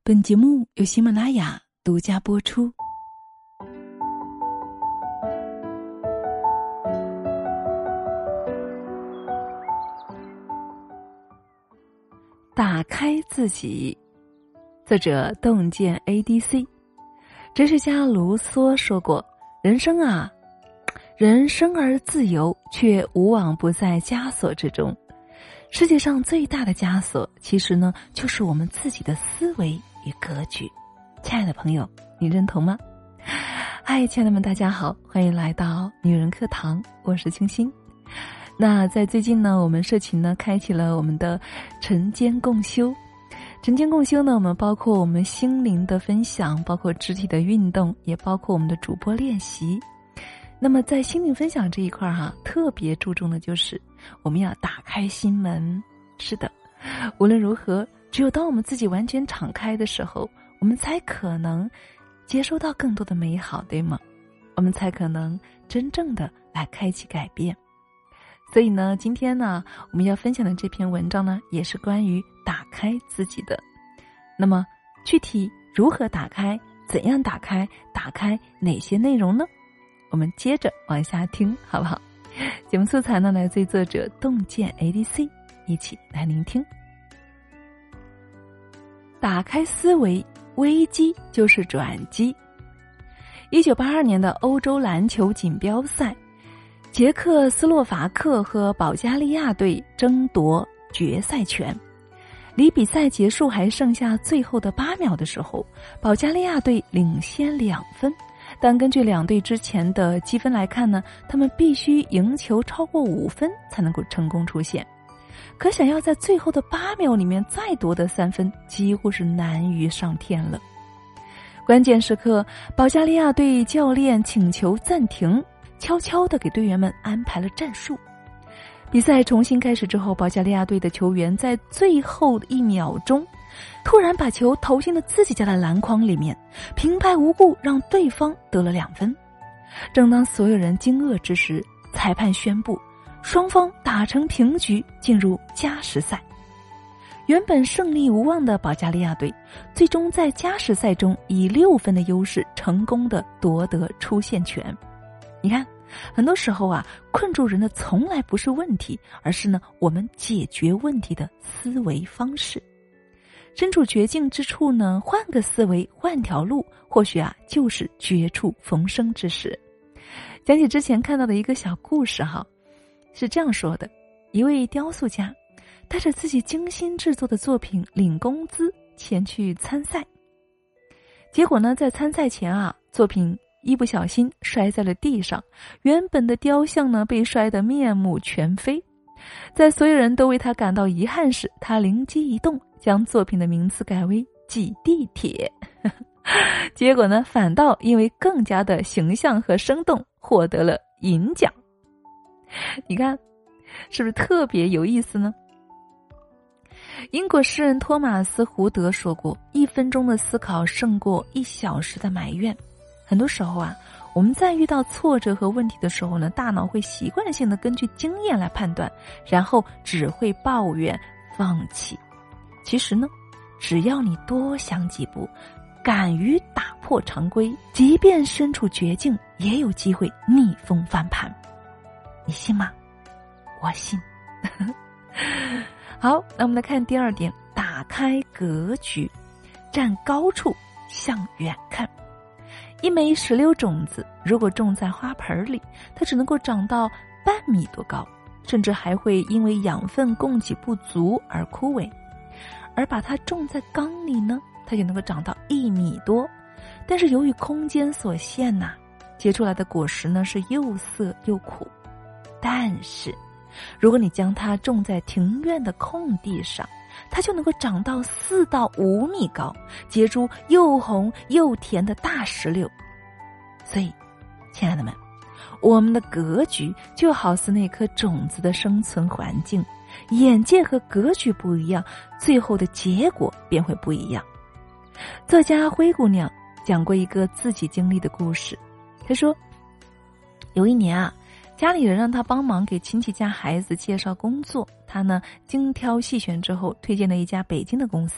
本节目由喜马拉雅独家播出。打开自己，作者洞见 ADC。 哲学家卢梭说过，人生而自由，却无往不在枷锁之中。世界上最大的枷锁，其实呢，就是我们自己的思维与格局。亲爱的朋友，你认同吗？嗨，亲爱的们，大家好，欢迎来到女人课堂，我是清新。那在最近呢，我们社群呢开启了我们的晨间共修。晨间共修呢，我们包括我们心灵的分享，包括肢体的运动，也包括我们的主播练习。那么在心灵分享这一块特别注重的就是我们要打开心门。是的，无论如何，只有当我们自己完全敞开的时候，我们才可能接收到更多的美好，对吗？我们才可能真正的来开启改变。所以呢，今天呢，我们要分享的这篇文章呢，也是关于打开自己的。那么具体如何打开，怎样打开，打开哪些内容呢？我们接着往下听，好不好？节目素材呢，来自于作者洞见 ADC， 一起来聆听。打开思维，危机就是转机。1982年的欧洲篮球锦标赛，捷克斯洛伐克和保加利亚队争夺决赛权。离比赛结束还剩下最后的8秒的时候，保加利亚队领先2分。但根据两队之前的积分来看呢，他们必须赢球超过5分才能够成功出线。可想要在最后的8秒里面再夺得3分，几乎是难于上天了。关键时刻，保加利亚队教练请求暂停，悄悄地给队员们安排了战术。比赛重新开始之后，保加利亚队的球员在最后的1秒钟突然把球投进了自己家的篮筐里面，平白无故让对方得了2分。正当所有人惊愕之时，裁判宣布双方打成平局，进入加时赛。原本胜利无望的保加利亚队，最终在加时赛中以6分的优势成功地夺得出线权。你看，很多时候困住人的从来不是问题，而是呢我们解决问题的思维方式。身处绝境之处呢，换个思维，换条路，或许就是绝处逢生之时。讲起之前看到的一个小故事是这样说的：一位雕塑家带着自己精心制作的作品领工资前去参赛，结果呢，在参赛前作品一不小心摔在了地上，原本的雕像呢被摔得面目全非。在所有人都为他感到遗憾时，他灵机一动，将作品的名字改为挤地铁。结果呢，反倒因为更加的形象和生动，获得了银奖。你看，是不是特别有意思呢？英国诗人托马斯·胡德说过，1分钟的思考胜过1小时的埋怨。很多时候我们在遇到挫折和问题的时候呢，大脑会习惯性的根据经验来判断，然后只会抱怨放弃。其实呢，只要你多想几步，敢于打破常规，即便身处绝境，也有机会逆风翻盘。你信吗？我信。好，那我们来看第2点，打开格局，站高处向远看。一枚石榴种子如果种在花盆里，它只能够长到半米多高，甚至还会因为养分供给不足而枯萎。而把它种在缸里呢，它就能够长到1米多。但是由于空间所限结出来的果实呢是又涩又苦。但是如果你将它种在庭院的空地上，它就能够长到4到5米高，结出又红又甜的大石榴。所以亲爱的们，我们的格局就好似那颗种子的生存环境，眼界和格局不一样，最后的结果便会不一样。作家灰姑娘讲过一个自己经历的故事。她说，有一年家里人让她帮忙给亲戚家孩子介绍工作，她呢精挑细选之后推荐了一家北京的公司。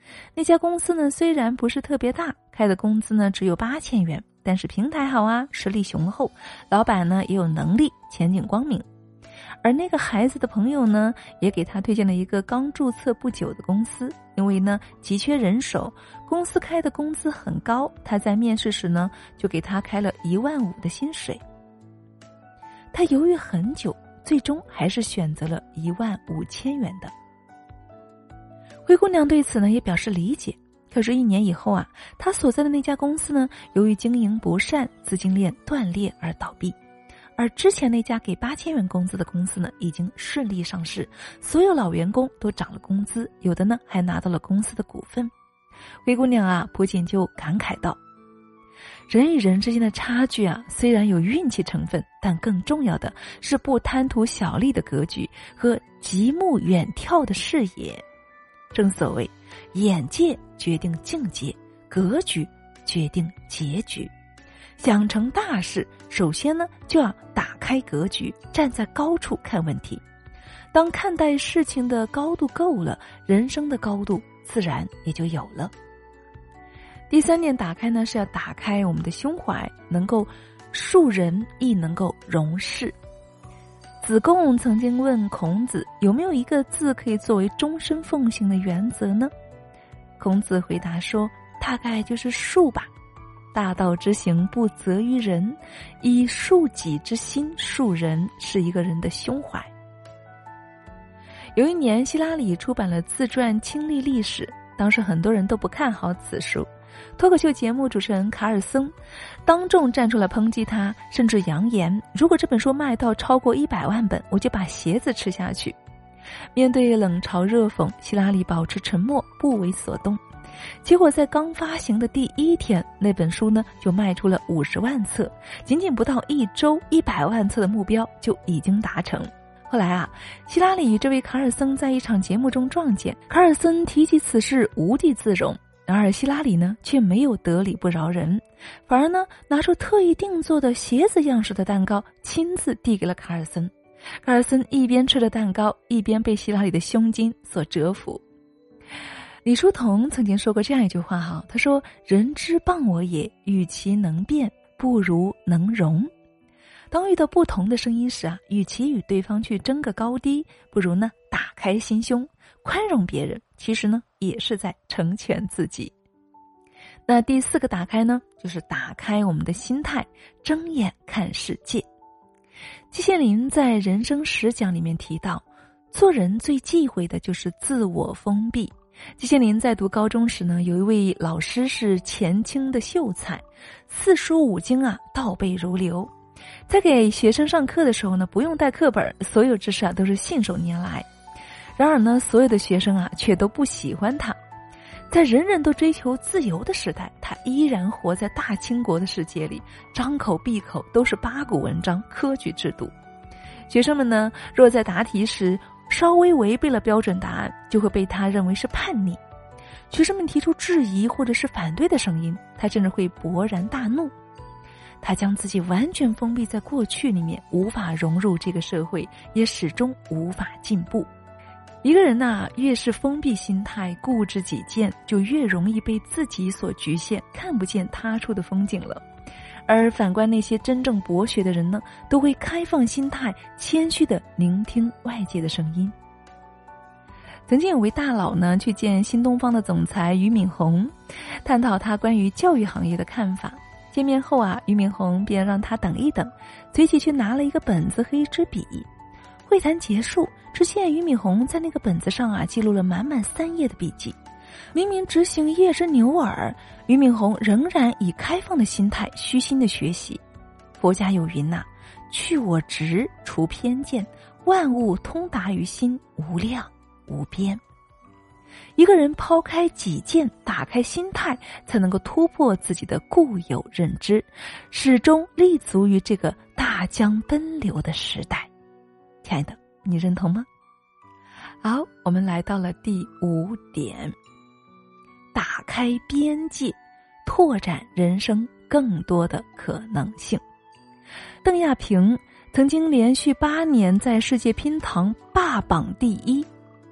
那家公司呢，虽然不是特别大，开的工资呢只有8000元，但是平台好啊，实力雄厚，老板呢也有能力，前景光明。而那个孩子的朋友呢，也给他推荐了一个刚注册不久的公司，因为呢急缺人手，公司开的工资很高，他在面试时呢就给他开了15000的薪水。他犹豫很久，最终还是选择了15000元的。灰姑娘对此呢也表示理解，可是1年以后啊，她所在的那家公司呢，由于经营不善，资金链断裂而倒闭。而之前那家给8000元工资的公司呢，已经顺利上市，所有老员工都涨了工资，有的呢还拿到了公司的股份。灰姑娘啊，不仅就感慨道：人与人之间的差距啊，虽然有运气成分，但更重要的是不贪图小利的格局和极目远眺的视野。正所谓，眼界决定境界，格局决定结局。想成大事，首先呢就要打开格局，站在高处看问题。当看待事情的高度够了，人生的高度自然也就有了。第3点打开呢，是要打开我们的胸怀，能够恕人亦能够容事。子贡曾经问孔子，有没有一个字可以作为终身奉行的原则呢？孔子回答说，大概就是恕吧。大道之行不责于人，以恕己之心恕人，是一个人的胸怀。有一年，希拉里出版了自传《亲历历史》，当时很多人都不看好此书。脱口秀节目主持人卡尔森当众站出来抨击他，甚至扬言，如果这本书卖到超过100万本，我就把鞋子吃下去。面对冷嘲热讽，希拉里保持沉默，不为所动。结果在刚发行的第1天，那本书呢就卖出了50万册，仅仅不到1周，100万册的目标就已经达成。后来啊，希拉里与这位卡尔森在一场节目中撞见，卡尔森提起此事无地自容，然而希拉里呢却没有得理不饶人，反而呢拿出特意定做的鞋子样式的蛋糕，亲自递给了卡尔森。卡尔森一边吃着蛋糕，一边被希拉里的胸襟所折服。李叔同曾经说过这样一句话哈，他说：人之谤我也，与其能辩，不如能容。当遇到不同的声音时啊，与其与对方去争个高低，不如呢打开心胸，宽容别人，其实呢也是在成全自己。那第4个打开呢，就是打开我们的心态，睁眼看世界。季羡林在人生10讲里面提到，做人最忌讳的就是自我封闭。季羡林在读高中时呢，有一位老师是前清的秀才，4书5经啊倒背如流，在给学生上课的时候呢，不用带课本，所有知识啊都是信手拈来。然而呢，所有的学生啊却都不喜欢他。在人人都追求自由的时代，他依然活在大清国的世界里，张口闭口都是八股文章、科举制度。学生们呢，若在答题时稍微违背了标准答案，就会被他认为是叛逆。学生们提出质疑或者是反对的声音，他甚至会勃然大怒。他将自己完全封闭在过去里面，无法融入这个社会，也始终无法进步。一个人呐，越是封闭心态、固执己见，就越容易被自己所局限，看不见他处的风景了。而反观那些真正博学的人呢，都会开放心态，谦虚地聆听外界的声音。曾经有位大佬呢去见新东方的总裁俞敏洪，探讨他关于教育行业的看法。见面后啊，俞敏洪便让他等一等，随即去拿了一个本子和一支笔。会谈结束，只见俞敏洪在那个本子上啊记录了满满3页的笔记。明明执行业之牛耳，俞敏洪仍然以开放的心态虚心的学习。佛家有云呐，去我执，除偏见，万物通达于心，无量无边。一个人抛开己见，打开心态，才能够突破自己的固有认知，始终立足于这个大江奔流的时代。亲爱的，你认同吗？好，我们来到了第5点，打开边界，拓展人生更多的可能性。邓亚萍曾经连续8年在世界乒坛霸榜第1。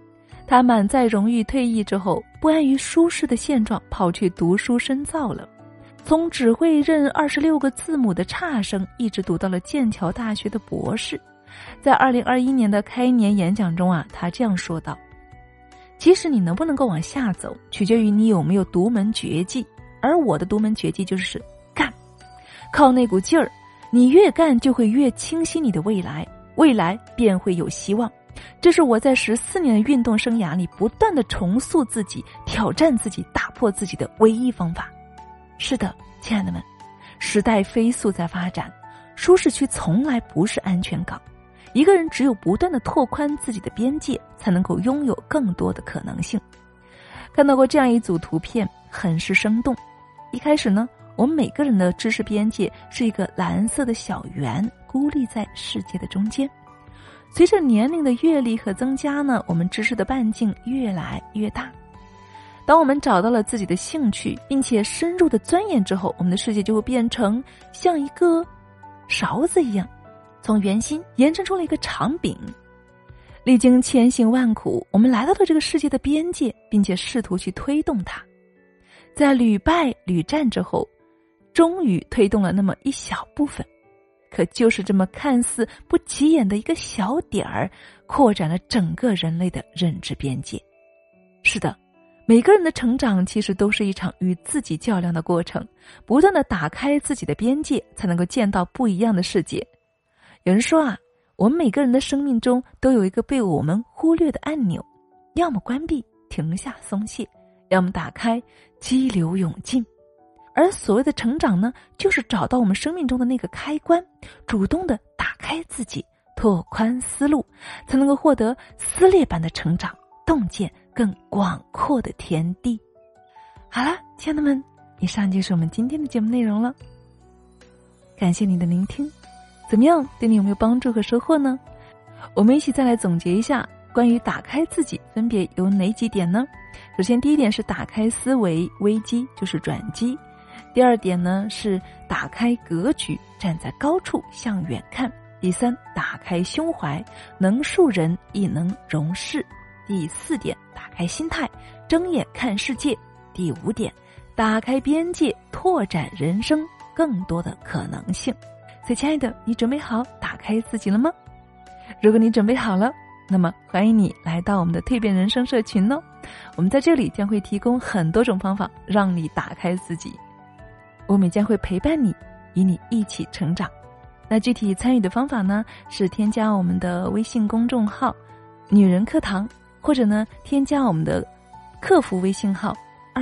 他满载荣誉退役之后，不安于舒适的现状，跑去读书深造了。从只会认26个字母的差生，一直读到了剑桥大学的博士。在2021年的开年演讲中啊，他这样说道：其实你能不能够往下走，取决于你有没有独门绝技，而我的独门绝技就是干，靠那股劲儿，你越干就会越清晰你的未来，未来便会有希望。这是我在14年的运动生涯里不断的重塑自己、挑战自己、打破自己的唯一方法。是的，亲爱的们，时代飞速在发展，舒适区从来不是安全港。一个人只有不断的拓宽自己的边界，才能够拥有更多的可能性。看到过这样一组图片，很是生动。一开始呢，我们每个人的知识边界是一个蓝色的小圆，孤立在世界的中间。随着年龄的阅历和增加呢，我们知识的半径越来越大。当我们找到了自己的兴趣，并且深入的钻研之后，我们的世界就会变成像一个勺子一样，从圆心延伸出了一个长柄。历经千辛万苦，我们来到了这个世界的边界，并且试图去推动它。在屡败屡战之后，终于推动了那么一小部分。可就是这么看似不起眼的一个小点儿，扩展了整个人类的认知边界。是的，每个人的成长其实都是一场与自己较量的过程，不断的打开自己的边界，才能够见到不一样的世界。有人说啊，我们每个人的生命中都有一个被我们忽略的按钮，要么关闭，停下松懈，要么打开，激流勇进。而所谓的成长呢，就是找到我们生命中的那个开关，主动的打开自己，拓宽思路，才能够获得撕裂般的成长，洞见更广阔的天地。好了，亲爱的们，以上就是我们今天的节目内容了。感谢你的聆听，怎么样，对你有没有帮助和收获呢？我们一起再来总结一下关于打开自己分别有哪几点呢？首先第一点是打开思维，危机就是转机。第二点呢是打开格局，站在高处向远看。第三，打开胸怀，能树人亦能容事。第四点，打开心态，睁眼看世界。第五点，打开边界，拓展人生更多的可能性。所以亲爱的，你准备好打开自己了吗？如果你准备好了，那么欢迎你来到我们的蜕变人生社群哦。我们在这里将会提供很多种方法让你打开自己，我们将会陪伴你，与你一起成长。那具体参与的方法呢，是添加我们的微信公众号女人课堂，或者呢添加我们的客服微信号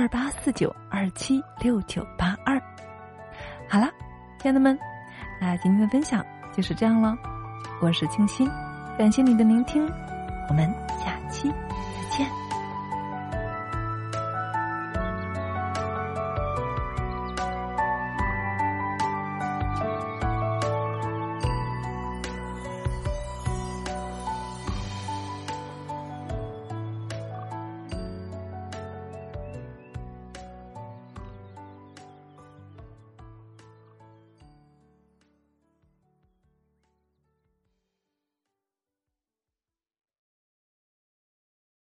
2849276982。好了，亲爱的们，那今天的分享就是这样了。我是清新，感谢你的聆听，我们下期再见。